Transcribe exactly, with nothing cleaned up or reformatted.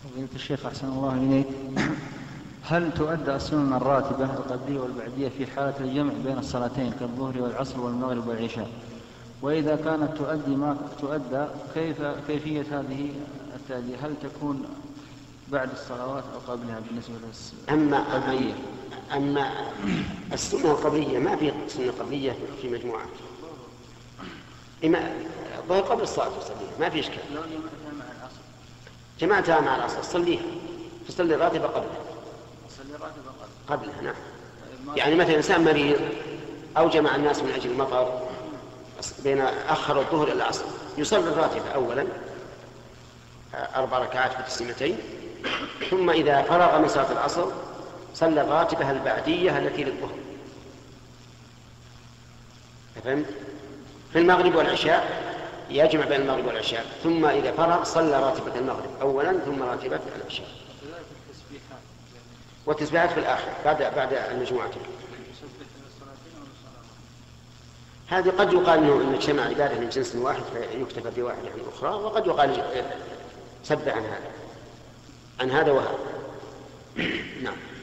فضيلة الشيخ أحسن الله إليك، هل تؤدى السنن الراتبة القبلية والبعدية في حالة الجمع بين الصلاتين كالظهر والعصر والمغرب والعشاء؟ وإذا كانت تؤدي ما تؤدى كيف كيفية هذه التأدية؟ هل تكون بعد الصلوات أو قبلها بالنسبة للقبلية؟ أما, أما السنة القبلية ما في سنة قبلية في مجموعة، إما الظهر قبل الصلاة تصليها ما في إشكال. لو جمعتها مع العصر جمعتها مع العصر صليها، تصلي الراتبة قبلها. تصلي الراتبة قبلها قبلها نعم. يعني مثلا إنسان مريض أو جمع الناس من أجل المطر بين أخر الظهر إلى العصر يصلي الراتبة أولا أربع ركعات بتسليمتين، ثم إذا فرغ من صلاة العصر صلى الراتبة البعدية التي للظهر. فهمت؟ في المغرب والعشاء يجمع بين المغرب والعشاء، ثم إذا فرغ صلى راتبة المغرب أولا ثم راتبة العشاء. والتسبيحات في الآخر بعد بعد المجموعتين. هذه قد يقال أنه اجتمع عبادة من جنس واحد فيكتفى بواحدة عن الأخرى، وقد يقال سب عن هذا عن هذا وهذا. نعم.